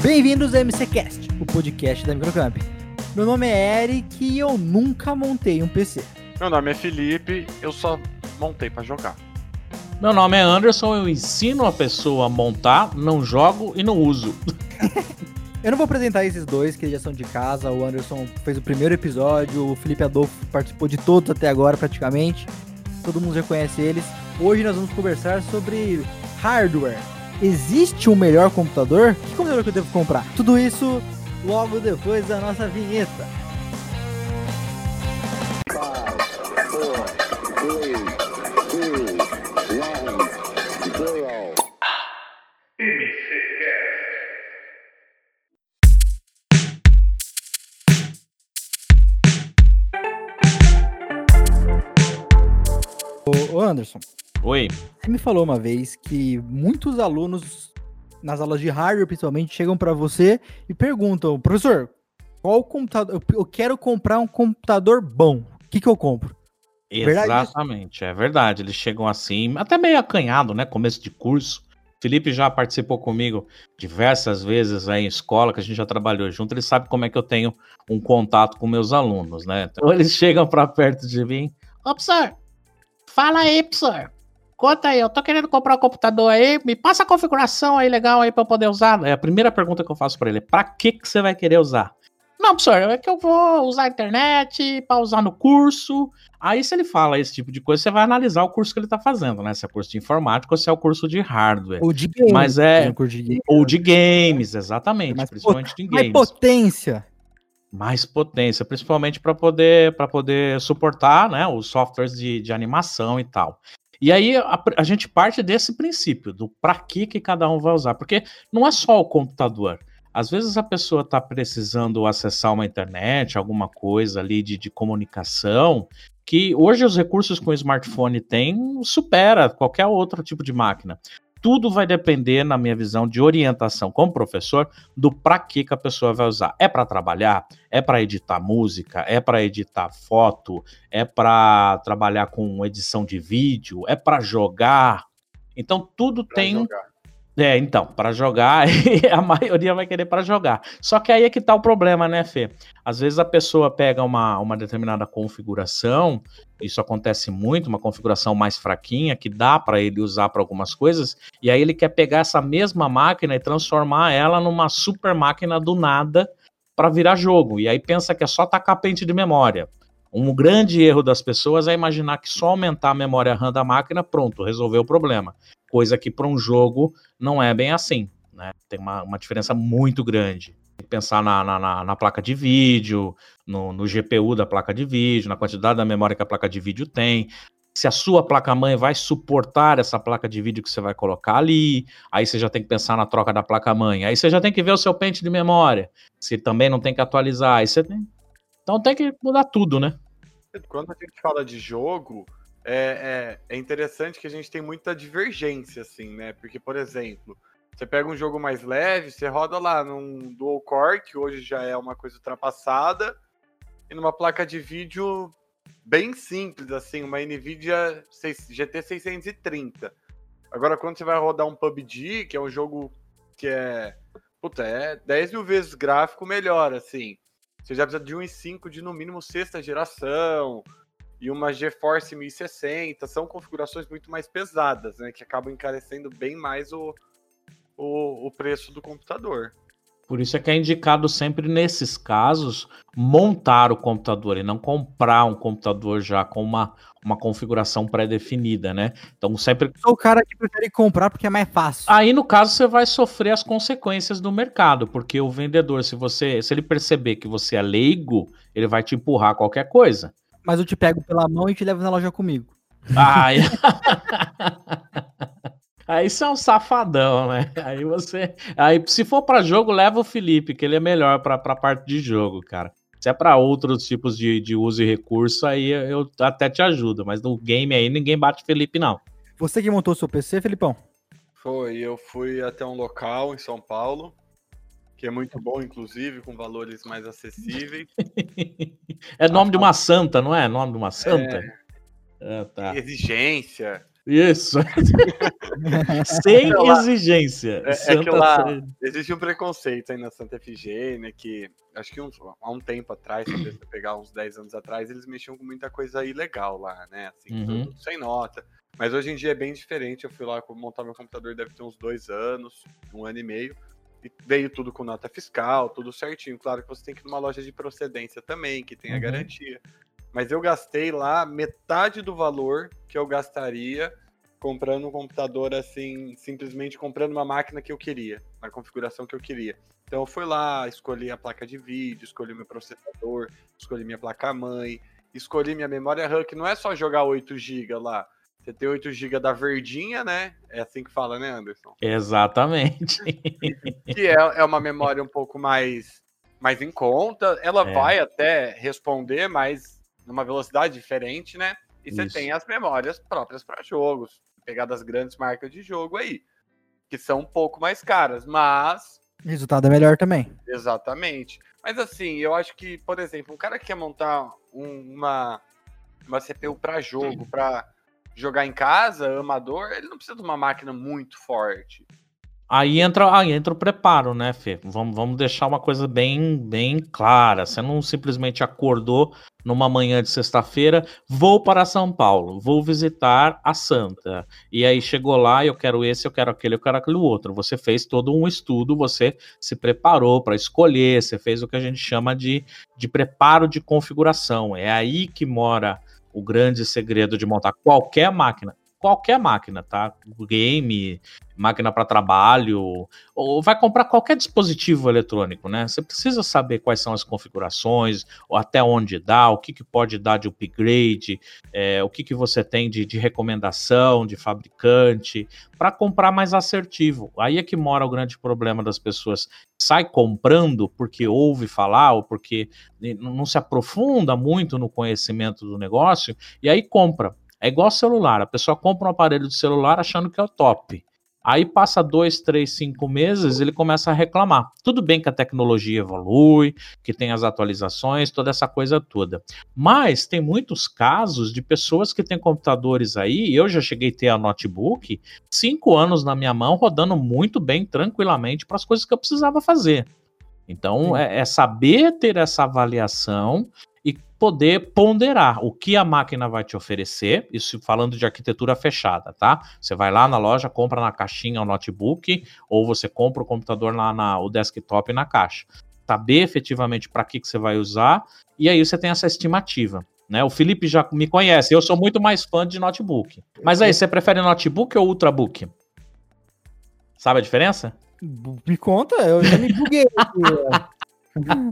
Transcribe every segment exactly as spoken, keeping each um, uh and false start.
Bem-vindos ao MCCast, o podcast da Microcamp. Meu nome é Eric e eu nunca montei um P C. Meu nome é Felipe, eu só montei pra jogar. Meu nome é Anderson, eu ensino a pessoa a montar, não jogo e não uso. Eu não vou apresentar esses dois, que já são de casa. O Anderson fez o primeiro episódio, o Felipe Adolfo participou de todos até agora praticamente. Todo mundo já conhece eles. Hoje nós vamos conversar sobre hardware. Existe um melhor computador? Que computador que eu devo comprar? Tudo isso logo depois da nossa vinheta. Ô Anderson, Oi. você me falou uma vez que muitos alunos, nas aulas de hardware principalmente, chegam pra você e perguntam: professor, qual computador? Eu quero comprar um computador bom. O que que eu compro? Exatamente, é verdade. Eles chegam assim, até meio acanhado, né? Começo de curso. Felipe já participou comigo diversas vezes aí em escola, que a gente já trabalhou junto. Ele sabe como é que eu tenho um contato com meus alunos, né? Então eles chegam pra perto de mim: ô, professor, fala aí, professor. Conta aí, eu tô querendo comprar um computador aí, me passa a configuração aí legal aí pra eu poder usar. É a primeira pergunta que eu faço pra ele: pra que que você vai querer usar? Não, professor, é que eu vou usar a internet pra usar no curso. Aí se ele fala esse tipo de coisa, você vai analisar o curso que ele tá fazendo, né? Se é curso de informática ou se é o curso de hardware. Ou de games. Mas é... Um de games, ou de games, exatamente, mais principalmente pot... em games. Mais potência. Mais potência, principalmente para poder, para poder suportar, né, os softwares de, de animação e tal. E aí a, a gente parte desse princípio, do para que que cada um vai usar, porque não é só o computador. Às vezes a pessoa está precisando acessar uma internet, alguma coisa ali de, de comunicação, que hoje os recursos que o smartphone tem supera qualquer outro tipo de máquina. Tudo vai depender, na minha visão, de orientação como professor, do para que que a pessoa vai usar. É para trabalhar? É para editar música? É para editar foto? É para trabalhar com edição de vídeo? É para jogar? Então, tudo Pra tem... jogar. É, então, para jogar, a maioria vai querer para jogar. Só que aí é que tá o problema, né, Fê? Às vezes a pessoa pega uma, uma determinada configuração, isso acontece muito, uma configuração mais fraquinha, que dá para ele usar para algumas coisas, e aí ele quer pegar essa mesma máquina e transformar ela numa super máquina do nada para virar jogo. E aí pensa que é só tacar pente de memória. Um grande erro das pessoas é imaginar que só aumentar a memória RAM da máquina, pronto, resolveu o problema. Coisa que para um jogo não é bem assim, né? Tem uma, uma diferença muito grande. Tem que pensar na, na, na placa de vídeo, no, no G P U da placa de vídeo, na quantidade da memória que a placa de vídeo tem, se a sua placa-mãe vai suportar essa placa de vídeo que você vai colocar ali. Aí você já tem que pensar na troca da placa-mãe. Aí você já tem que ver o seu pente de memória, se também não tem que atualizar. Aí você tem... Então tem que mudar tudo, né? Quando a gente fala de jogo, é, é, é interessante que a gente tem muita divergência, assim, né? Porque, por exemplo, você pega um jogo mais leve, você roda lá num dual core, que hoje já é uma coisa ultrapassada, e numa placa de vídeo bem simples, assim, uma NVIDIA G T seiscentos e trinta. Agora, quando você vai rodar um P U B G, que é um jogo que é, puta, é dez mil vezes gráfico melhor, assim, você já precisa de um i cinco de, no mínimo, sexta geração, e uma GeForce mil e sessenta, são configurações muito mais pesadas, né, que acabam encarecendo bem mais o, o, o preço do computador. Por isso é que é indicado sempre, nesses casos, montar o computador e não comprar um computador já com uma, uma configuração pré-definida, né? Então sempre... Sou o cara que prefere comprar porque é mais fácil. Aí, no caso, você vai sofrer as consequências do mercado, porque o vendedor, se você, se ele perceber que você é leigo, ele vai te empurrar qualquer coisa. Mas eu te pego pela mão e te levo na loja comigo. Ai... Aí você é um safadão, né? Aí você... Aí, se for pra jogo, leva o Felipe, que ele é melhor pra, pra parte de jogo, cara. Se é pra outros tipos de, de uso e recurso, aí eu até te ajudo. Mas no game aí, ninguém bate Felipe, não. Você que montou o seu P C, Felipão? Foi, eu fui até um local em São Paulo, que é muito bom, inclusive, com valores mais acessíveis. É nome ah, de uma santa, não é? Nome de uma santa? É... Ah, tá. Exigência. Isso. Sem Então, lá- exigência. É, é que Santa lá Sé- existe um preconceito aí na Santa Efigênia, que acho que uns- há um tempo atrás, talvez você pegar uns dez anos atrás, eles mexiam com muita coisa ilegal lá, né? Assim, Uhum. produto sem nota. Mas hoje em dia é bem diferente. Eu fui lá montar meu computador, deve ter uns dois anos, um ano e meio. E veio tudo com nota fiscal, tudo certinho. Claro que você tem que ir numa loja de procedência também, que tem a Uhum. garantia. Mas eu gastei lá metade do valor que eu gastaria comprando um computador assim, simplesmente comprando uma máquina que eu queria, na configuração que eu queria. Então eu fui lá, escolhi a placa de vídeo, escolhi meu processador, escolhi minha placa-mãe, escolhi minha memória RAM, que não é só jogar oito gigas lá. Você tem oito gigas da verdinha, né? É assim que fala, né, Anderson? Exatamente. Que é, é uma memória um pouco mais, mais em conta. Ela É. vai até responder, mas numa velocidade diferente, né? E você Isso. tem as memórias próprias para jogos. Pegar das grandes marcas de jogo aí, que são um pouco mais caras, mas... Resultado é melhor também. Exatamente. Mas assim, eu acho que, por exemplo, um cara que quer montar um- uma, uma C P U para jogo, para jogar em casa, amador, ele não precisa de uma máquina muito forte. Aí entra, aí entra o preparo, né, Fê? Vamos, vamos deixar uma coisa bem, bem clara. Você não simplesmente acordou numa manhã de sexta-feira, vou para São Paulo, vou visitar a Santa. E aí chegou lá, eu quero esse, eu quero aquele, eu quero aquele outro. Você fez todo um estudo, você se preparou para escolher, você fez o que a gente chama de, de preparo de configuração. É aí que mora o grande segredo de montar qualquer máquina. Qualquer máquina, tá? Game, máquina para trabalho, ou vai comprar qualquer dispositivo eletrônico, né? Você precisa saber quais são as configurações, ou até onde dá, o que, que pode dar de upgrade, é, o que, que você tem de, de recomendação, de fabricante, para comprar mais assertivo. Aí é que mora o grande problema das pessoas. Sai comprando porque ouve falar, ou porque não se aprofunda muito no conhecimento do negócio, e aí compra. É igual celular, a pessoa compra um aparelho de celular achando que é o top. Aí passa dois, três, cinco meses, ele começa a reclamar. Tudo bem que a tecnologia evolui, que tem as atualizações, toda essa coisa toda. Mas tem muitos casos de pessoas que têm computadores aí, eu já cheguei a ter a notebook, cinco anos na minha mão, rodando muito bem, tranquilamente, para as coisas que eu precisava fazer. Então, é, é saber ter essa avaliação e poder ponderar o que a máquina vai te oferecer, isso falando de arquitetura fechada, tá? Você vai lá na loja, compra na caixinha o notebook, ou você compra o computador lá, na, o desktop na caixa. Saber efetivamente para que, que você vai usar, e aí você tem essa estimativa. Né? O Felipe já me conhece, eu sou muito mais fã de notebook. Mas aí, você prefere notebook ou ultrabook? Sabe a diferença? Me conta, eu já me buguei aqui.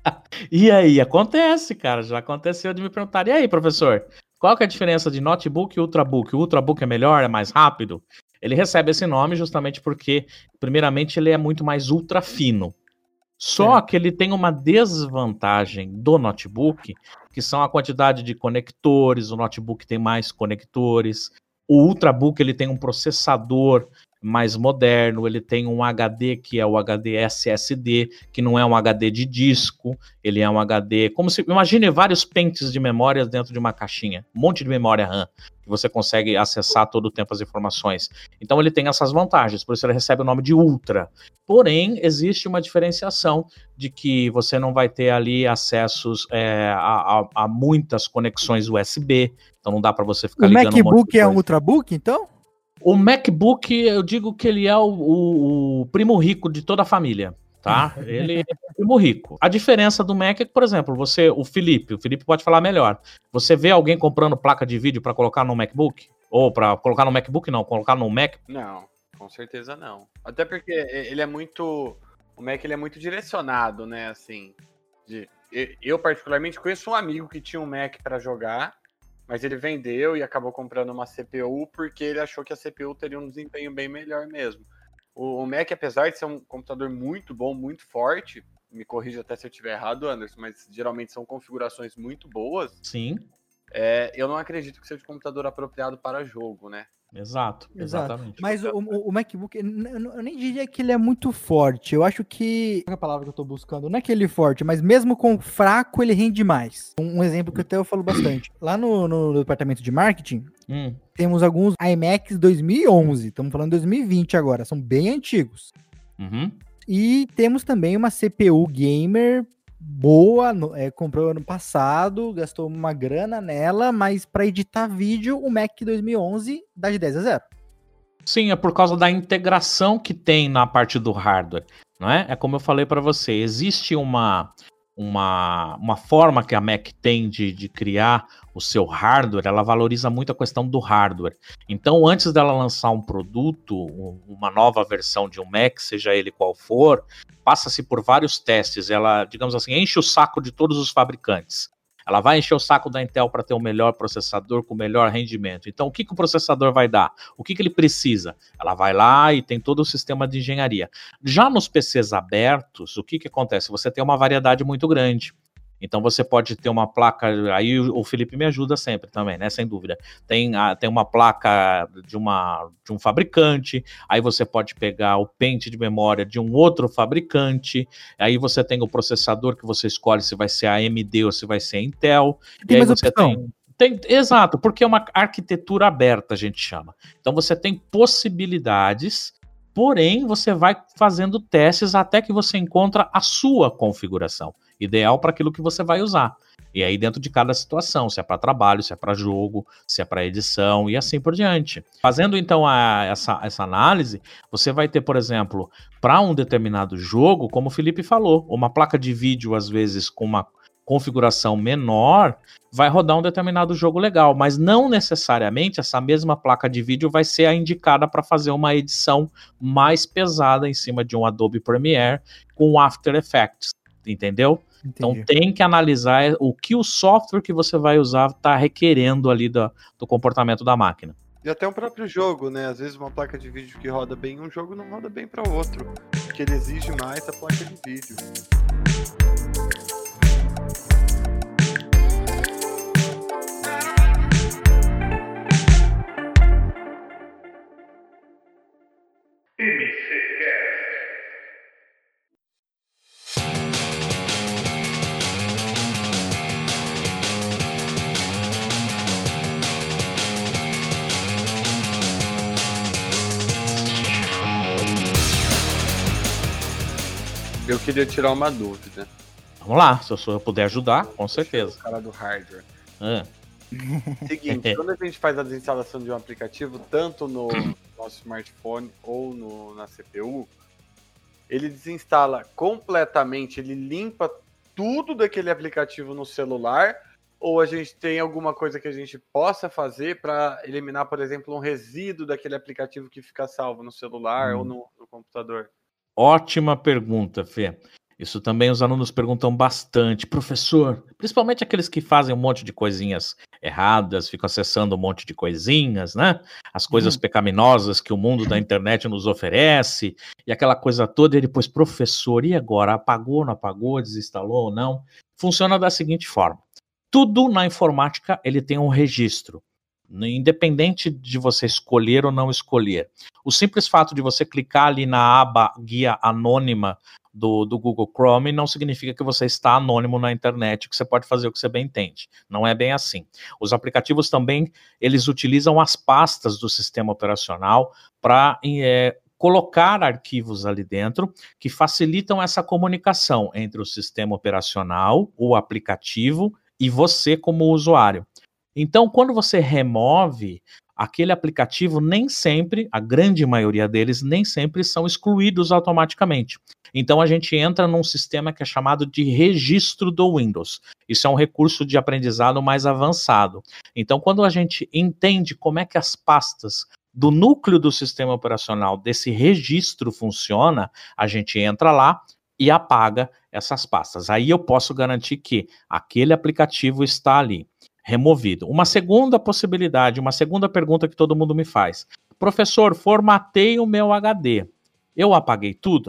E aí, acontece, cara, já aconteceu de me perguntar, e aí, professor, qual que é a diferença de notebook e ultrabook? O ultrabook é melhor, é mais rápido? Ele recebe esse nome justamente porque, primeiramente, ele é muito mais ultra fino. Só Certo. que ele tem uma desvantagem do notebook, que são a quantidade de conectores, o notebook tem mais conectores, o ultrabook ele tem um processador mais moderno, ele tem um H D que é o H D S S D, que não é um H D de disco, ele é um H D, como se, imagine vários pentes de memórias dentro de uma caixinha, um monte de memória RAM, que você consegue acessar todo o tempo as informações. Então ele tem essas vantagens, por isso ele recebe o nome de Ultra. Porém, existe uma diferenciação de que você não vai ter ali acessos é, a, a, a muitas conexões U S B, então não dá para você ficar O ligando um monte de MacBook é um coisa. Ultrabook, então? O MacBook, eu digo que ele é o, o, o primo rico de toda a família, tá? Ele é o primo rico. A diferença do Mac é que, por exemplo, você, o Felipe, o Felipe pode falar melhor. Você vê alguém comprando placa de vídeo para colocar no MacBook? Ou para colocar no MacBook, não, colocar no Mac? Não, com certeza não. Até porque ele é muito... O Mac ele é muito direcionado, né, assim... De, eu, particularmente, conheço um amigo que tinha um Mac para jogar, mas ele vendeu e acabou comprando uma C P U porque ele achou que a C P U teria um desempenho bem melhor mesmo. O, o Mac, apesar de ser um computador muito bom, muito forte, me corrija até se eu estiver errado, Anderson, mas geralmente são configurações muito boas. Sim. É, eu não acredito que seja um computador apropriado para jogo, né? Exato, exatamente. Mas o, o, o MacBook, eu nem diria que ele é muito forte. Eu acho que, qual é a palavra que eu tô buscando? Não é que ele é forte, mas mesmo com fraco, ele rende mais. Um, um exemplo que até eu falo bastante. Lá no, no departamento de marketing, hum. temos alguns iMacs dois mil e onze. Estamos falando de dois mil e vinte agora. São bem antigos. Uhum. E temos também uma C P U gamer boa, é, comprou ano passado, gastou uma grana nela, mas para editar vídeo, o Mac dois mil e onze dá de dez a zero. Sim, é por causa da integração que tem na parte do hardware, não é? É como eu falei para você, existe uma, uma, uma forma que a Mac tem de, de criar o seu hardware, ela valoriza muito a questão do hardware. Então, antes dela lançar um produto, uma nova versão de um Mac, seja ele qual for, passa-se por vários testes. Ela, digamos assim, enche o saco de todos os fabricantes. Ela vai encher o saco da Intel para ter o melhor processador com o melhor rendimento. Então, o que, que o processador vai dar? O que, que ele precisa? Ela vai lá e tem todo o sistema de engenharia. Já nos P Cs abertos, o que, que acontece? Você tem uma variedade muito grande. Então você pode ter uma placa, aí o Felipe me ajuda sempre também, né, sem dúvida. Tem, a, tem uma placa de, uma, de um fabricante, aí você pode pegar o pente de memória de um outro fabricante, aí você tem o processador que você escolhe se vai ser A M D ou se vai ser Intel. Tem e aí mais você opção. tem, tem, exato, porque é uma arquitetura aberta, a gente chama. Então você tem possibilidades, porém você vai fazendo testes até que você encontra a sua configuração ideal para aquilo que você vai usar. E aí dentro de cada situação, se é para trabalho, se é para jogo, se é para edição e assim por diante. Fazendo então a, essa, essa análise, você vai ter, por exemplo, para um determinado jogo, como o Felipe falou, uma placa de vídeo às vezes com uma configuração menor vai rodar um determinado jogo legal, mas não necessariamente essa mesma placa de vídeo vai ser a indicada para fazer uma edição mais pesada em cima de um Adobe Premiere com After Effects, entendeu? Entendi. Então tem que analisar o que o software que você vai usar está requerendo ali do, do comportamento da máquina. E até o próprio jogo, né? Às vezes uma placa de vídeo que roda bem em um jogo não roda bem para outro, porque ele exige mais a placa de vídeo. Eu queria tirar uma dúvida. Vamos lá, se eu puder ajudar, com certeza. O cara do hardware. Ah. Seguinte, quando a gente faz a desinstalação de um aplicativo, tanto no nosso smartphone ou no, na C P U, ele desinstala completamente, ele limpa tudo daquele aplicativo no celular, ou a gente tem alguma coisa que a gente possa fazer para eliminar, por exemplo, um resíduo daquele aplicativo que fica salvo no celular hum. ou no, no computador? Ótima pergunta, Fê. Isso também os alunos perguntam bastante. Professor, principalmente aqueles que fazem um monte de coisinhas erradas, ficam acessando um monte de coisinhas, né? As coisas uhum. pecaminosas que o mundo da internet nos oferece, e aquela coisa toda, e depois, professor, e agora? Apagou, não apagou, desinstalou ou não? Funciona da seguinte forma. Tudo na informática, ele tem um registro. Independente de você escolher ou não escolher. O simples fato de você clicar ali na aba guia anônima do, do Google Chrome não significa que você está anônimo na internet, que você pode fazer o que você bem entende. Não é bem assim. Os aplicativos também, eles utilizam as pastas do sistema operacional para é, colocar arquivos ali dentro que facilitam essa comunicação entre o sistema operacional, o aplicativo e você como usuário. Então, quando você remove aquele aplicativo, nem sempre, a grande maioria deles, nem sempre são excluídos automaticamente. Então, a gente entra num sistema que é chamado de registro do Windows. Isso é um recurso de aprendizado mais avançado. Então, quando a gente entende como é que as pastas do núcleo do sistema operacional desse registro funciona, a gente entra lá e apaga essas pastas. Aí eu posso garantir que aquele aplicativo está ali, removido. Uma segunda possibilidade, uma segunda pergunta que todo mundo me faz. Professor, formatei o meu H D. Eu apaguei tudo?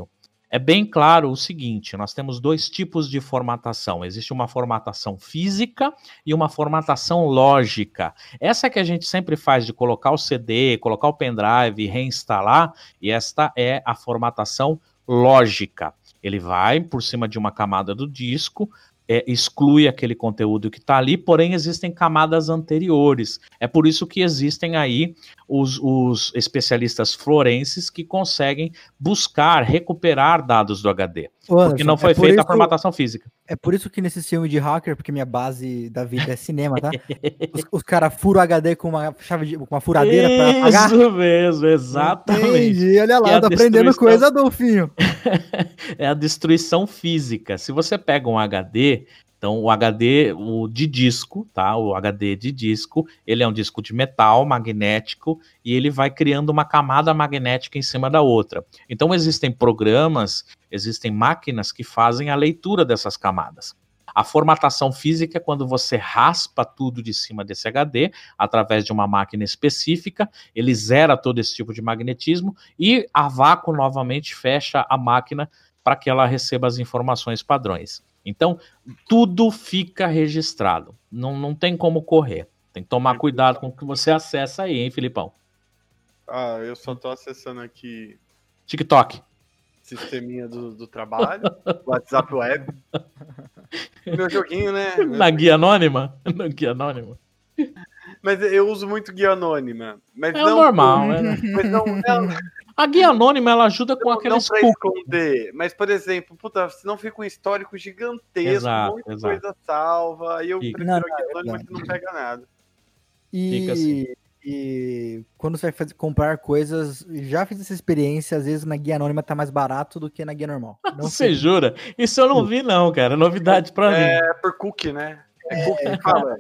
é bem claro o seguinte, nós temos dois tipos de formatação. Existe uma formatação física e uma formatação lógica. Essa que a gente sempre faz de colocar o C D, colocar o pendrive e reinstalar, e esta é a formatação lógica. Ele vai por cima de uma camada do disco, É, exclui aquele conteúdo que está ali, porém existem camadas anteriores. É por isso que existem aí os, os especialistas forenses que conseguem buscar, recuperar dados do H D. Ô, Anderson, porque não foi é por feita a isso- formatação física. É por isso que nesse filme de hacker, porque minha base da vida é cinema, tá? Os, os caras furam o H D com uma chave de, com uma furadeira pra apagar. Isso mesmo, exatamente. Entendi, olha Que é lá, a tá aprendendo destruição- coisa, Adolfinho. É a destruição física. Se você pega um H D, então o H D o de disco, tá? O H D de disco, ele é um disco de metal magnético e ele vai criando uma camada magnética em cima da outra. Então existem programas, existem máquinas que fazem a leitura dessas camadas. A formatação física é quando você raspa tudo de cima desse H D através de uma máquina específica, ele zera todo esse tipo de magnetismo e a vácuo novamente fecha a máquina para que ela receba as informações padrões. Então, tudo fica registrado. Não, não tem como correr. Tem que tomar cuidado com o que você acessa aí, hein, Filipão? Ah, eu só tô acessando aqui TikTok. sisteminha do, do trabalho, WhatsApp Web. Meu joguinho, né? Na guia anônima? Na guia anônima. Mas eu uso muito guia anônima. Mas É o não, normal, né? Mas não, não, A guia anônima, ela ajuda com não, aqueles não pra cookies. esconder. Mas, por exemplo, puta, senão fica um histórico gigantesco, Exato, muita exato. coisa salva. Aí eu Fica. prefiro Não, a guia não, é anônima verdade. que não pega nada. E, Fica assim. e quando você vai fazer, comprar coisas, já fiz essa experiência, às vezes na guia anônima tá mais barato do que na guia normal. Não Você sei. jura? Isso eu não vi, não, cara. Novidade pra mim. É por cookie, né? É cookie que fala.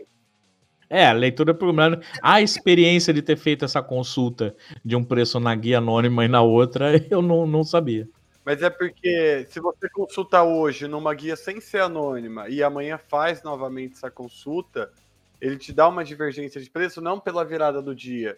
É, a leitura por a experiência de ter feito essa consulta de um preço na guia anônima e na outra, eu não, não sabia. Mas é porque se você consulta hoje numa guia sem ser anônima e amanhã faz novamente essa consulta, ele te dá uma divergência de preço não pela virada do dia,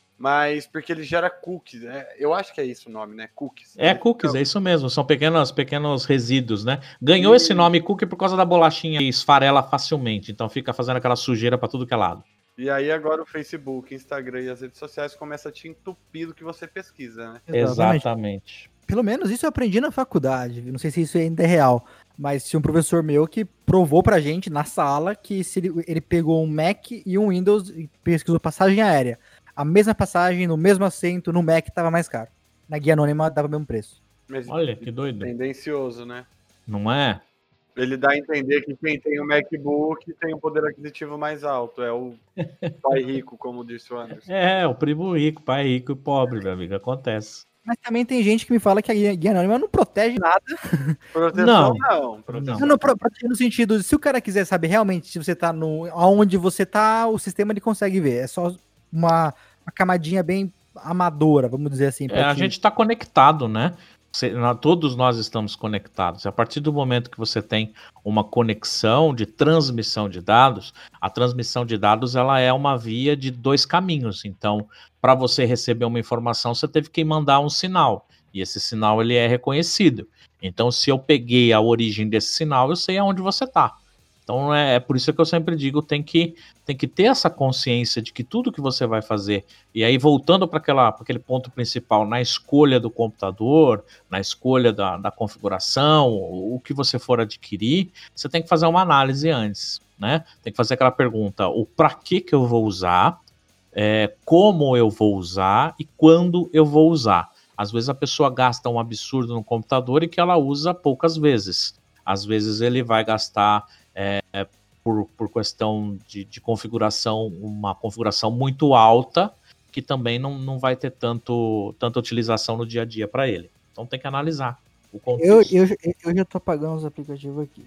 mas porque ele gera cookies. É, eu acho que é isso o nome, né? Cookies. É cookies, é isso mesmo. São pequenos, pequenos resíduos, né? Ganhou esse nome cookie por causa da bolachinha que esfarela facilmente. Então fica fazendo aquela sujeira pra tudo que é lado. E aí agora o Facebook, Instagram e as redes sociais começam a te entupir do que você pesquisa, né? Exatamente. Exatamente. Pelo menos isso eu aprendi na faculdade. Não sei se isso ainda é real. Mas tinha um professor meu que provou pra gente na sala que se ele, ele pegou um Mac e um Windows e pesquisou passagem aérea. A mesma passagem, no mesmo assento, no Mac tava mais caro. Na guia anônima dava o mesmo preço. Mas Olha, que doido. tendencioso, né? Não é? Ele dá a entender que quem tem o MacBook tem um poder aquisitivo mais alto. É o pai rico, como disse o Anderson. É, o primo rico, pai rico e pobre, meu amigo. Acontece. Mas também tem gente que me fala que a guia, guia anônima não protege nada. Proteção Não. não. Proteção. Não, não, pro- protege no sentido, se o cara quiser saber realmente se você tá no, aonde você tá, o sistema ele consegue ver. É só uma, uma camadinha bem amadora, vamos dizer assim. É, pra a te- gente está conectado, né? Você- na- todos nós estamos conectados. A partir do momento que você tem uma conexão de transmissão de dados, a transmissão de dados ela é uma via de dois caminhos. Então, para você receber uma informação, você teve que mandar um sinal. E esse sinal ele é reconhecido. Então, se eu peguei a origem desse sinal, eu sei aonde você está. Então, é, é por isso que eu sempre digo, tem que, tem que ter essa consciência de que tudo que você vai fazer, e aí voltando para aquele ponto principal, na escolha do computador, na escolha da, da configuração, o, o que você for adquirir, você tem que fazer uma análise antes, né? Tem que fazer aquela pergunta, o para que que eu vou usar, é, como eu vou usar e quando eu vou usar. Às vezes a pessoa gasta um absurdo no computador e que ela usa poucas vezes. Às vezes ele vai gastar... É, por, por questão de, de configuração, uma configuração muito alta, que também não, não vai ter tanto, tanta utilização no dia a dia para ele. Então tem que analisar o Eu, contexto. eu, eu já tô apagando os aplicativos aqui.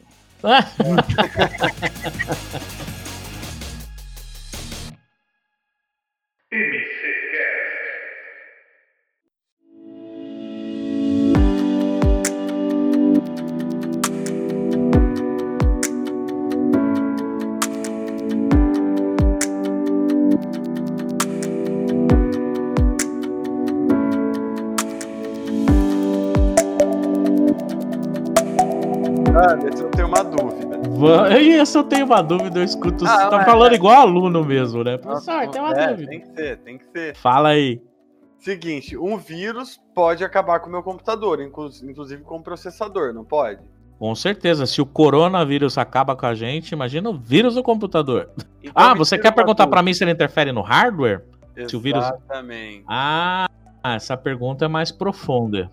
esse eu tenho uma dúvida. Esse eu tenho uma dúvida, eu escuto. Ah, você tá mas falando é. igual aluno mesmo, né? Professor, tem uma É, dúvida. tem que ser, tem que ser. Fala aí. Seguinte, um vírus pode acabar com o meu computador, inclu- inclusive com o processador, não pode? Com certeza, se o coronavírus acaba com a gente, imagina o vírus do computador. Então, Ah, me você tira quer uma perguntar pra dúvida. mim se ele interfere no hardware? Se o vírus- Exatamente. Ah, essa pergunta é mais profunda.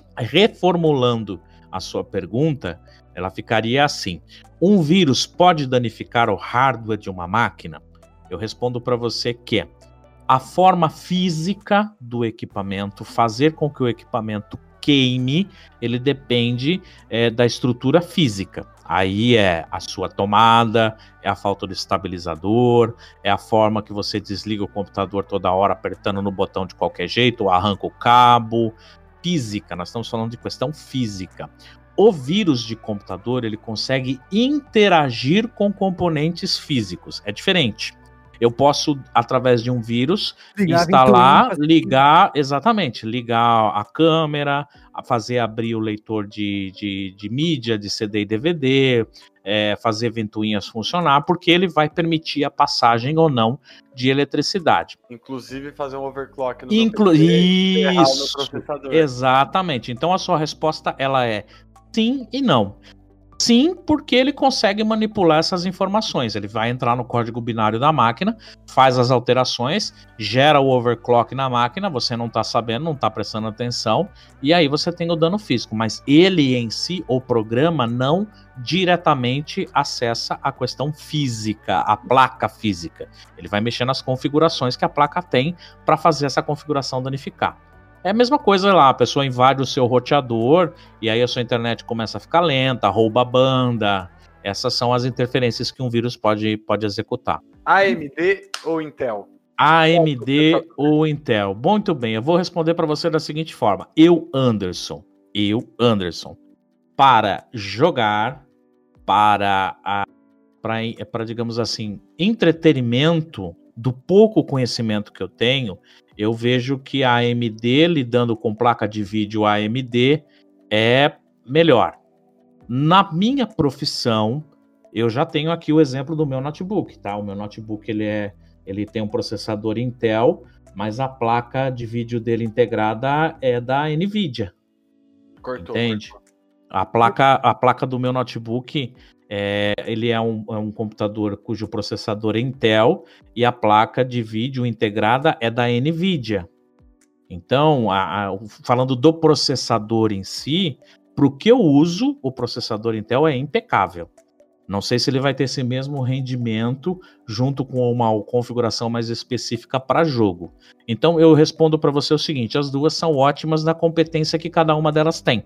Reformulando a sua pergunta, ela ficaria assim: um vírus pode danificar o hardware de uma máquina? Eu respondo para você que a forma física do equipamento, fazer com que o equipamento queime, ele depende é, da estrutura física. Aí é a sua tomada, é a falta do estabilizador, é a forma que você desliga o computador toda hora apertando no botão de qualquer jeito, ou arranca o cabo. Física, nós estamos falando de questão física. O vírus de computador, ele consegue interagir com componentes físicos. É diferente. Eu posso, através de um vírus, Ligar a instalar, ventoinha, ligar, exatamente, ligar a câmera, a fazer abrir o leitor de, de, de mídia, de C D e D V D, é, fazer ventoinhas funcionar, porque ele vai permitir a passagem ou não de eletricidade. Inclusive fazer um overclock no Inclu meu P C e errar o meu Isso, processador. exatamente. Então a sua resposta ela é sim e não. Sim, porque ele consegue manipular essas informações. Ele vai entrar no código binário da máquina, faz as alterações, gera o overclock na máquina, você não está sabendo, não está prestando atenção, e aí você tem o dano físico. Mas ele em si, o programa, não diretamente acessa a questão física, a placa física. Ele vai mexer nas configurações que a placa tem para fazer essa configuração danificar. É a mesma coisa lá, a pessoa invade o seu roteador e aí a sua internet começa a ficar lenta, rouba a banda. Essas são as interferências que um vírus pode, pode executar. A M D ou Intel? A M D ou Intel? Muito bem, eu vou responder para você da seguinte forma. Eu, Anderson, eu, Anderson, para jogar, para, a, para, para digamos assim, entretenimento do pouco conhecimento que eu tenho, eu vejo que a A M D, lidando com placa de vídeo A M D, é melhor. Na minha profissão, eu já tenho aqui o exemplo do meu notebook, tá? O meu notebook, ele, é, ele tem um processador Intel, mas a placa de vídeo dele integrada é da NVIDIA. Cortou. Entende? Cortou. A placa, a placa do meu notebook, é, ele é um, é um computador cujo processador é Intel e a placa de vídeo integrada é da NVIDIA. Então, a, a, falando do processador em si, para o que eu uso, o processador Intel é impecável. Não sei se ele vai ter esse mesmo rendimento junto com uma configuração mais específica para jogo. Então, eu respondo para você o seguinte, as duas são ótimas na competência que cada uma delas tem.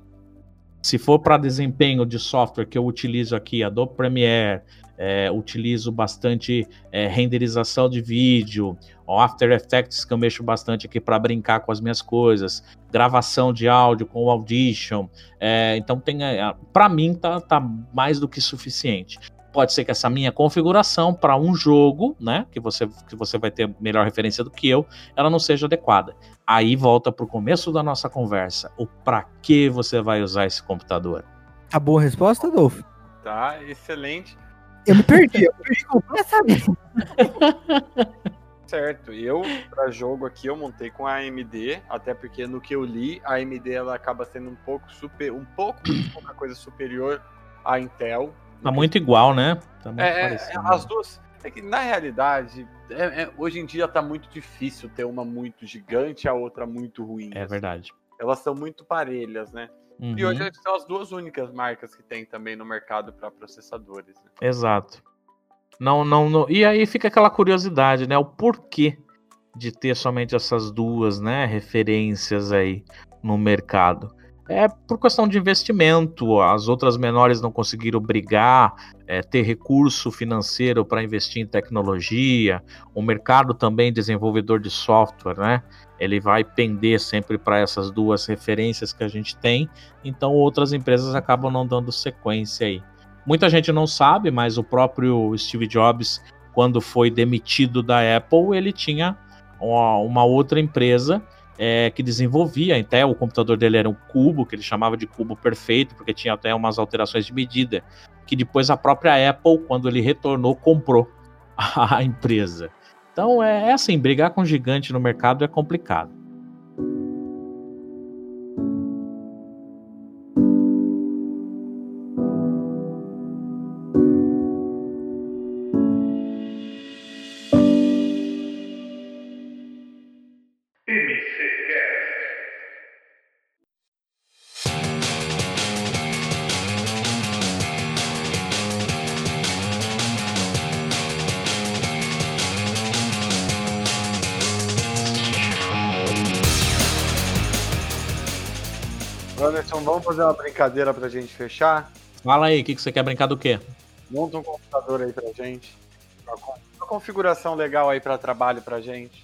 Se for para desempenho de software que eu utilizo aqui, Adobe Premiere, é, utilizo bastante é, renderização de vídeo, o After Effects que eu mexo bastante aqui para brincar com as minhas coisas, gravação de áudio com o Audition, é, então tem, é, para mim tá, tá mais do que suficiente. Pode ser que essa minha configuração para um jogo, né, que você, que você vai ter melhor referência do que eu, ela não seja adequada. Aí volta pro começo da nossa conversa. O para que você vai usar esse computador? A boa resposta, Adolfo? Tá, excelente. Eu me perdi, eu me perdi completamente. Certo, eu, para jogo aqui, eu montei com a A M D, até porque no que eu li, a AMD ela acaba sendo um pouco super, um pouco, muito pouca coisa superior à Intel. Tá muito igual, né? Tá muito É, parecido. as duas. É que na realidade, é, é, hoje em dia tá muito difícil ter uma muito gigante e a outra muito ruim. É assim. verdade. Elas são muito parelhas, né? Uhum. E hoje são as duas únicas marcas que tem também no mercado para processadores. Né? Exato. Não, não, não. E aí fica aquela curiosidade, né? O porquê de ter somente essas duas, né, referências aí no mercado. É por questão de investimento, as outras menores não conseguiram brigar, é, ter recurso financeiro para investir em tecnologia, o mercado também desenvolvedor de software, né? Ele vai pender sempre para essas duas referências que a gente tem, então outras empresas acabam não dando sequência aí. Muita gente não sabe, mas o próprio Steve Jobs, quando foi demitido da Apple, ele tinha uma, uma outra empresa é, que desenvolvia, até o computador dele era um cubo, que ele chamava de cubo perfeito, porque tinha até umas alterações de medida, que depois a própria Apple, quando ele retornou, comprou a empresa. Então é, é assim, brigar com gigante no mercado é complicado. Anderson, vamos fazer uma brincadeira pra gente fechar? Fala aí, o que, que você quer brincar do quê? Monta um computador aí pra gente. Uma configuração legal aí pra trabalho pra gente.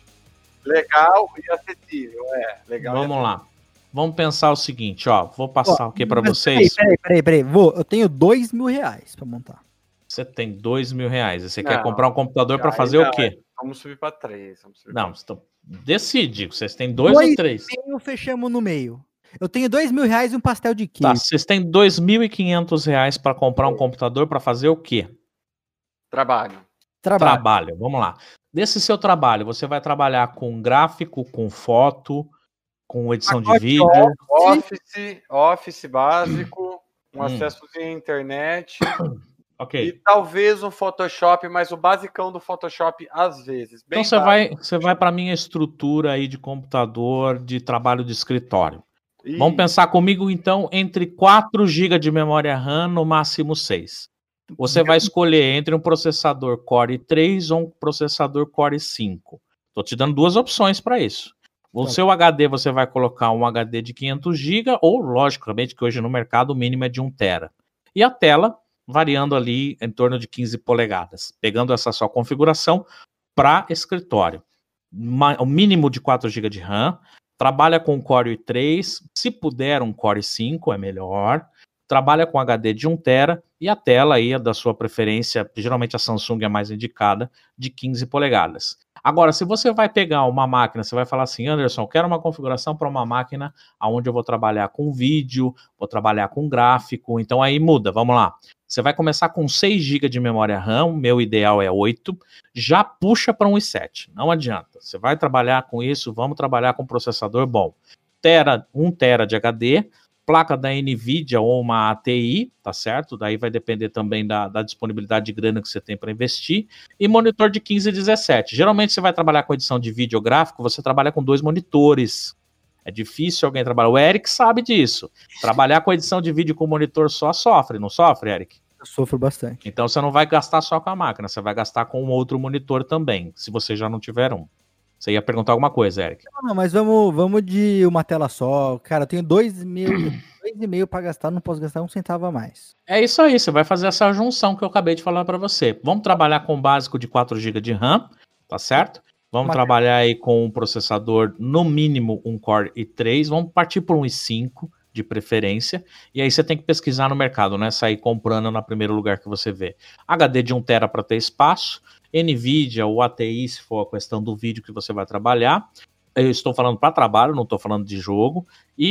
Legal e acessível, é. Legal Vamos e lá. Vamos pensar o seguinte, ó. Vou passar Ó, o que para mas vocês. Peraí, peraí, peraí. Vou, eu tenho dois mil reais pra montar. Você tem dois mil reais. E você Não, quer comprar um computador para aí fazer não, o quê? Vamos subir pra três. Vamos subir Não, pra... você tá- decide. Vocês têm dois, Dois ou três? mil, fechamos no meio. Eu tenho dois mil reais e um pastel de Tá, queijo. vocês têm dois mil e quinhentos reais para comprar um computador para fazer o quê? Trabalho. Trabalho. Trabalho. Vamos lá. Desse seu trabalho, você vai trabalhar com gráfico, com foto, com edição de Pacote vídeo. Office, Office básico, um Hum. acesso à internet Ok. e talvez um Photoshop, mas o basicão do Photoshop às vezes. Bem Então você básico. vai, você vai para minha estrutura aí de computador, de trabalho de escritório. E Vamos pensar comigo então entre quatro gigas de memória RAM, no máximo seis. Você vai escolher entre um processador Core i três ou um processador Core i cinco. Estou te dando duas opções para isso. O Tá. seu H D você vai colocar um H D de quinhentos gigas ou, logicamente, que hoje no mercado o mínimo é de um tera. E a tela variando ali em torno de quinze polegadas, pegando essa sua configuração para escritório. Ma- O mínimo de quatro gigas de RAM, trabalha com Core i três, se puder um Core i cinco é melhor, trabalha com H D de um tera e a tela aí é da sua preferência, geralmente a Samsung é mais indicada, de quinze polegadas. Agora, se você vai pegar uma máquina, você vai falar assim, Anderson, eu quero uma configuração para uma máquina onde eu vou trabalhar com vídeo, vou trabalhar com gráfico, então aí muda, vamos lá. Você vai começar com seis gigas de memória RAM, meu ideal é oito, já puxa para um i sete, não adianta. Você vai trabalhar com isso, vamos trabalhar com processador bom. Tera, um tera de H D, placa da NVIDIA ou uma A T I, tá certo? Daí vai depender também da, da disponibilidade de grana que você tem para investir. E monitor de quinze e dezessete. Geralmente você vai trabalhar com edição de vídeo gráfico, você trabalha com dois monitores. É difícil alguém trabalhar. O Eric sabe disso. Trabalhar com edição de vídeo com monitor só sofre, não sofre, Eric? Eu sofro bastante. Então você não vai gastar só com a máquina, você vai gastar com um outro monitor também, se você já não tiver um. Você ia perguntar alguma coisa, Eric? Não, não, mas vamos, vamos de uma tela só. Cara, eu tenho dois mil, dois e meio pra gastar, não posso gastar um centavo a mais. É isso aí, você vai fazer essa junção que eu acabei de falar para você. Vamos trabalhar com o básico de quatro gigas de RAM, tá certo? Vamos Uma trabalhar aí com um processador, no mínimo um Core i três, vamos partir por um i cinco, de preferência, e aí você tem que pesquisar no mercado, não é sair comprando no primeiro lugar que você vê. H D de um tera para ter espaço, NVIDIA ou A T I, se for a questão do vídeo que você vai trabalhar. Eu estou falando para trabalho, não estou falando de jogo.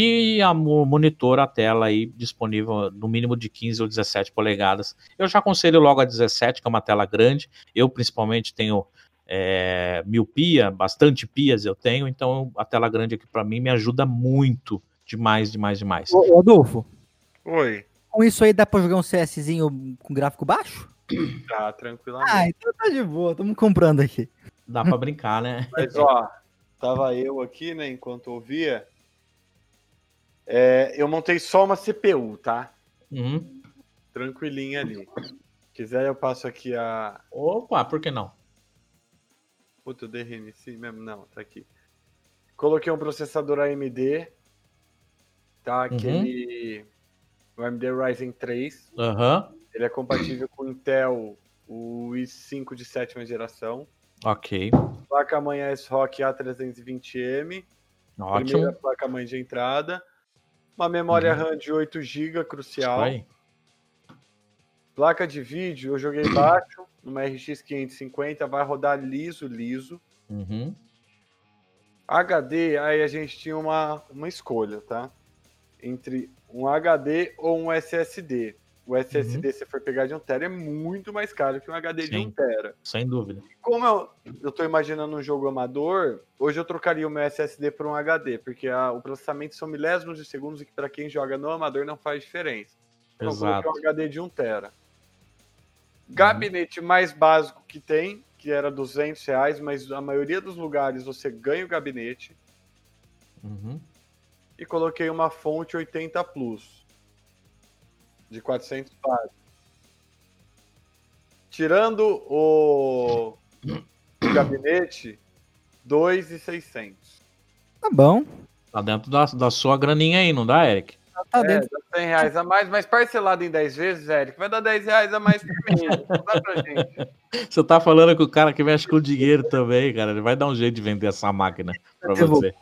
E a monitor, a tela aí disponível no mínimo de quinze ou dezessete polegadas. Eu já aconselho logo a dezessete, que é uma tela grande. Eu principalmente tenho é, miopia, bastante pias eu tenho, então a tela grande aqui para mim me ajuda muito. Demais, demais, demais. Ô, Adolfo, Oi. com isso aí dá pra jogar um CSzinho com gráfico baixo? Tá, tranquilamente. Ah, então tá de boa, estamos comprando aqui. Dá pra brincar, né? Mas, ó, tava eu aqui, né, enquanto ouvia. É, eu montei só uma C P U, tá? Uhum. Tranquilinha ali. Se quiser, eu passo aqui a... Opa, por que não? Puta, eu dei R N C mesmo? Não, tá aqui. Coloquei um processador A M D, tá? Aquele... O A M D Ryzen três. Aham. Uhum. Ele é compatível com o Intel, o i cinco de sétima geração. Ok. Placa-mãe ASRock A trezentos e vinte M. Ótimo. Primeira placa-mãe de entrada. Uma memória Uhum. RAM de oito gigas, crucial. Isso aí. Placa de vídeo, eu joguei baixo, numa R X quinhentos e cinquenta, vai rodar liso, liso. Uhum. H D, aí a gente tinha uma, uma escolha, tá? Entre um H D ou um S S D. O S S D, uhum. se você for pegar de um tera, é muito mais caro que um H D Sim, de um tera. Sem dúvida. Como eu, eu tô imaginando um jogo amador, hoje eu trocaria o meu S S D por um H D, porque a, o processamento são milésimos de segundos, que para quem joga no amador não faz diferença. Então Exato. eu coloquei um H D de um tera. Gabinete uhum. mais básico que tem, que era duzentos reais, mas a maioria dos lugares você ganha o gabinete. Uhum. E coloquei uma fonte oitenta plus. De quatrocentos watts. Tirando o, o gabinete, dois mil e seiscentos. Tá bom. Tá dentro da, da sua graninha aí, não dá, Eric? Tá é, dentro. Dá cem reais a mais, mas parcelado em dez vezes, Eric, vai dar dez reais a mais por mês. Não dá pra gente. Você tá falando com o cara que mexe com dinheiro também, cara. Ele vai dar um jeito de vender essa máquina pra você.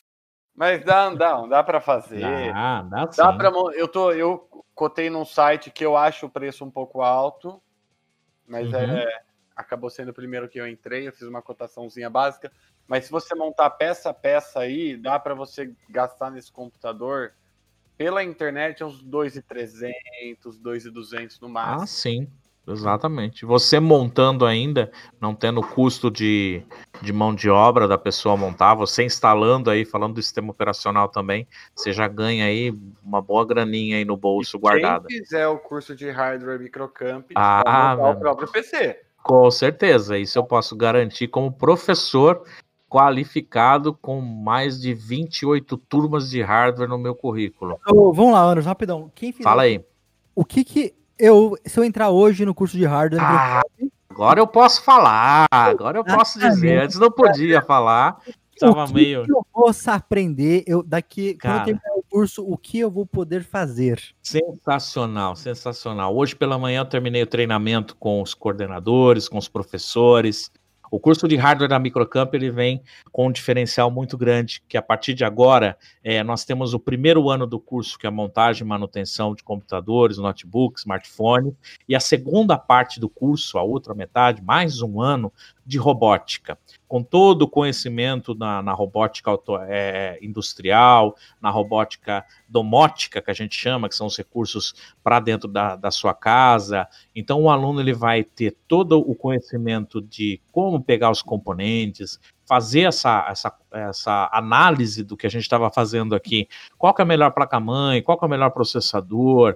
Mas dá, dá, dá pra fazer. Dá, dá, dá pra, eu, tô, eu cotei num site que eu acho o preço um pouco alto, mas uhum. é, acabou sendo o primeiro que eu entrei, eu fiz uma cotaçãozinha básica. Mas se você montar peça a peça aí, dá pra você gastar nesse computador pela internet uns dois mil e trezentos, dois mil e duzentos no máximo. Ah, sim. Exatamente. Você montando ainda, não tendo custo de, de mão de obra da pessoa montar, você instalando aí, falando do sistema operacional também, você já ganha aí uma boa graninha aí no bolso guardada. Quem fizer o curso de hardware Microcamp, ah, montar o próprio P C. Com certeza, isso eu posso garantir como professor qualificado com mais de vinte e oito turmas de hardware no meu currículo. Oh, vamos lá, Anderson, rapidão. Quem fizer... Fala aí. O que que eu, se eu entrar hoje no curso de hardware... Ah, agora eu posso falar, agora eu posso dizer. Antes não podia falar, estava meio... O que eu vou aprender eu, daqui, Cara, quando eu terminar o curso, o que eu vou poder fazer? Sensacional, sensacional. Hoje pela manhã eu terminei o treinamento com os coordenadores, com os professores. O curso de hardware da Microcamp, ele vem com um diferencial muito grande, que a partir de agora, é, nós temos o primeiro ano do curso, que é a montagem e manutenção de computadores, notebooks, smartphone, e a segunda parte do curso, a outra metade, mais um ano de robótica, com todo o conhecimento na, na robótica auto, é, industrial, na robótica domótica, que a gente chama, que são os recursos para dentro da, da sua casa. Então o aluno ele vai ter todo o conhecimento de como pegar os componentes, fazer essa, essa, essa análise do que a gente estava fazendo aqui, qual que é a melhor placa-mãe, qual que é o melhor processador,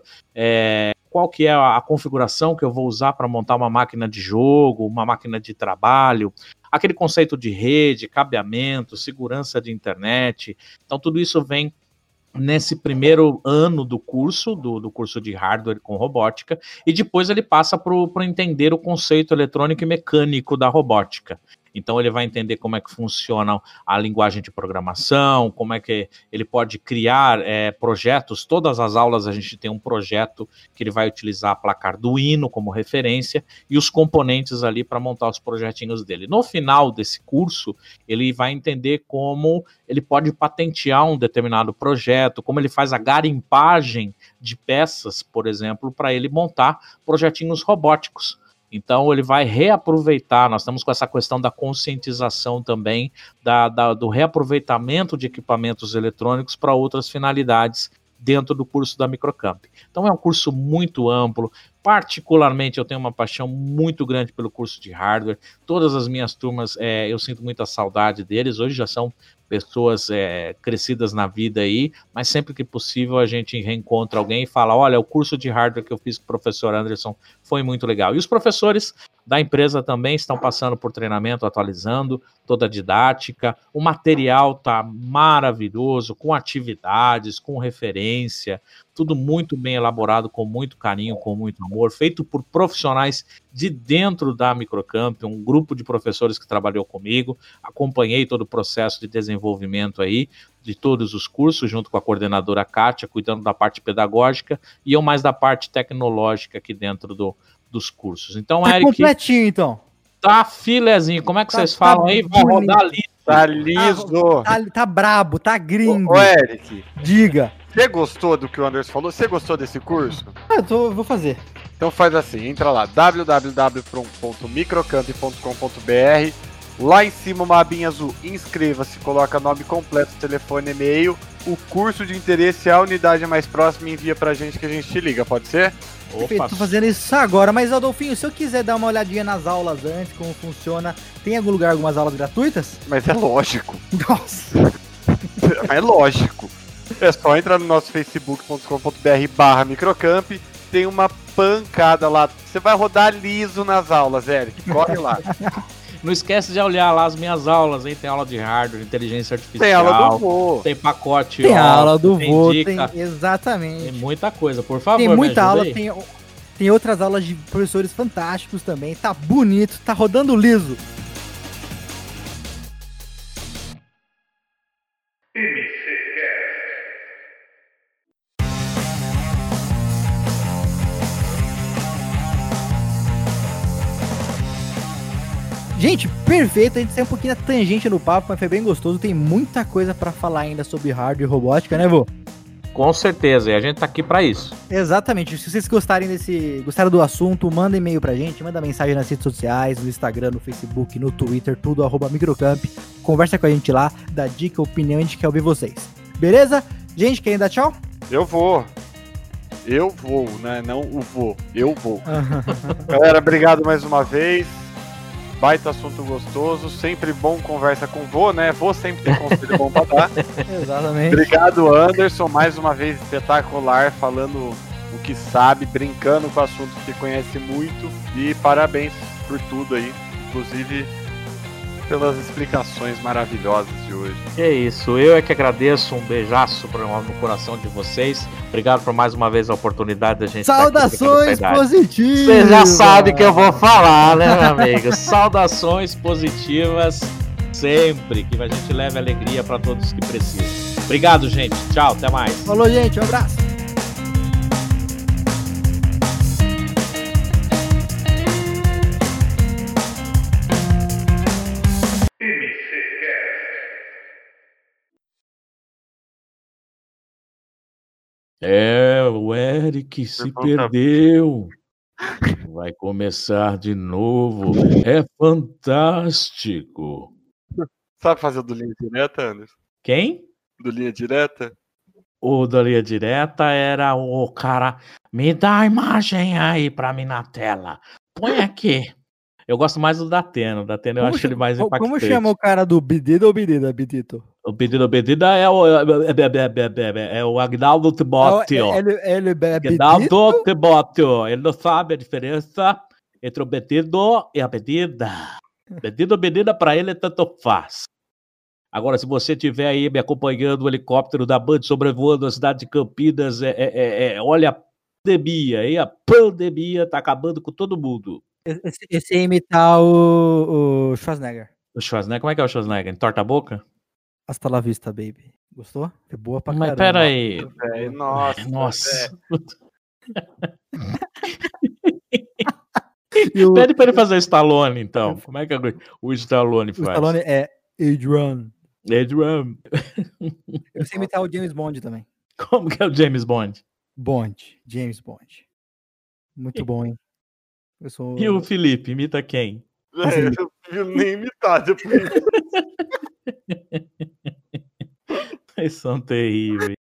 é, qual que é a, a configuração que eu vou usar para montar uma máquina de jogo, uma máquina de trabalho, aquele conceito de rede, cabeamento, segurança de internet. Então tudo isso vem nesse primeiro ano do curso, do, do curso de hardware com robótica, e depois ele passa para entender o conceito eletrônico e mecânico da robótica. Então ele vai entender como é que funciona a linguagem de programação, como é que ele pode criar é, projetos. Todas as aulas a gente tem um projeto que ele vai utilizar a placa Arduino como referência e os componentes ali para montar os projetinhos dele. No final desse curso, ele vai entender como ele pode patentear um determinado projeto, como ele faz a garimpagem de peças, por exemplo, para ele montar projetinhos robóticos. Então ele vai reaproveitar, nós estamos com essa questão da conscientização também, da, da, do reaproveitamento de equipamentos eletrônicos para outras finalidades dentro do curso da Microcamp. Então é um curso muito amplo, particularmente eu tenho uma paixão muito grande pelo curso de hardware, todas as minhas turmas, é, eu sinto muita saudade deles, hoje já são pessoas é, crescidas na vida aí, mas sempre que possível a gente reencontra alguém e fala, olha, o curso de hardware que eu fiz com o professor Anderson foi muito legal. E os professores da empresa também estão passando por treinamento, atualizando toda a didática, o material tá maravilhoso, com atividades, com referência, tudo muito bem elaborado, com muito carinho, com muito amor, feito por profissionais de dentro da Microcamp, um grupo de professores que trabalhou comigo, acompanhei todo o processo de desenvolvimento aí, de todos os cursos, junto com a coordenadora Kátia, cuidando da parte pedagógica, e eu mais da parte tecnológica aqui dentro do, dos cursos. Então, tá Eric... completinho, então. Tá filezinho, como é que tá, vocês falam tá aí? Vai rodar liso. Tá liso. Tá, tá brabo, tá gringo. Ô, ô, Eric. Diga. Você gostou do que o Anderson falou? Você gostou desse curso? Ah, eu tô, vou fazer. Então faz assim, entra lá, w w w ponto microcamp ponto com ponto b r, Lá em cima, uma abinha azul, inscreva-se, coloca nome completo, telefone, e-mail, o curso de interesse, a unidade mais próxima e envia pra gente que a gente te liga, pode ser? Perfeito, tô fazendo isso agora. Mas, Adolfinho, se eu quiser dar uma olhadinha nas aulas antes, como funciona, tem algum lugar algumas aulas gratuitas? Mas é lógico. Nossa. É lógico. É só entrar no nosso facebook ponto com ponto b r barra microcamp. Tem uma pancada lá. Você vai rodar liso nas aulas, Eric. Corre lá. Não esquece de olhar lá as minhas aulas, hein? Tem aula de hardware, inteligência artificial. Tem aula do vô. Tem pacote. Tem ó, aula do tem vô, dica, tem... Exatamente. Tem muita coisa, por favor. Tem muita aula, aí. tem, tem outras aulas de professores fantásticos também. Tá bonito, tá rodando liso. Gente, perfeito, a gente saiu um pouquinho da tangente no papo, mas foi bem gostoso, tem muita coisa pra falar ainda sobre hardware e robótica, né, vô? Com certeza, e a gente tá aqui pra isso. Exatamente, se vocês gostarem desse, gostaram do assunto, manda e-mail pra gente, manda mensagem nas redes sociais, no Instagram, no Facebook, no Twitter, tudo, arroba microcamp, conversa com a gente lá, dá dica, opinião, a gente quer ouvir vocês. Beleza? Gente, querem dar tchau? Eu vou. Eu vou, né? Não o vô. Eu vou. Galera, obrigado mais uma vez. Baita assunto gostoso, sempre bom conversa com o vô, né? Vô sempre tem conselho bom pra dar. Exatamente. Obrigado, Anderson, mais uma vez espetacular, falando o que sabe, brincando com assuntos que conhece muito. E parabéns por tudo aí, inclusive pelas explicações maravilhosas de hoje. É isso, eu é que agradeço, um beijaço no coração de vocês. Obrigado por mais uma vez a oportunidade da gente. Saudações positivas! Você já sabe que eu vou falar, né, meu amigo? Saudações positivas sempre, que a gente leve alegria para todos que precisam. Obrigado, gente. Tchau, até mais. Falou, gente. Um abraço. É, o Eric se perdeu. Vai começar de novo. É fantástico. Sabe fazer o do linha direta, Anderson? Quem? Do linha direta? O da linha direta era o cara. Me dá a imagem aí pra mim na tela. Põe aqui. Eu gosto mais do Datena. O Datena eu Como acho chama, ele mais impactante. Como chama o cara do Bedida ou Bedida, Bedito? O pedido Bedida é o, é o Agnaldo Timóteo. Ele, ele é Agnaldo Timóteo. Ele não sabe a diferença entre o pedido e a pedida. Pedido ou pedida pra ele tanto faz. Agora, se você estiver aí me acompanhando o helicóptero da Band sobrevoando a cidade de Campinas, é, é, é, olha a pandemia, hein? A pandemia tá acabando com todo mundo. Esse, esse é imitar o, o Schwarzenegger. O Schwarzenegger, como é que é o Schwarzenegger? Entorta a boca? Hasta la vista, baby. Gostou? É boa pra Mas caramba. pera aí. É, nossa. Nossa. O... Pede pra ele fazer o Stallone, então. Como é que o Stallone faz? O Stallone é Adrian. Adrian. Eu sei imitar o James Bond também. Como que é o James Bond? Bond. James Bond. Muito bom, hein? Eu sou... E o Felipe, imita quem? É, eu nem imitar depois. Vocês são terríveis.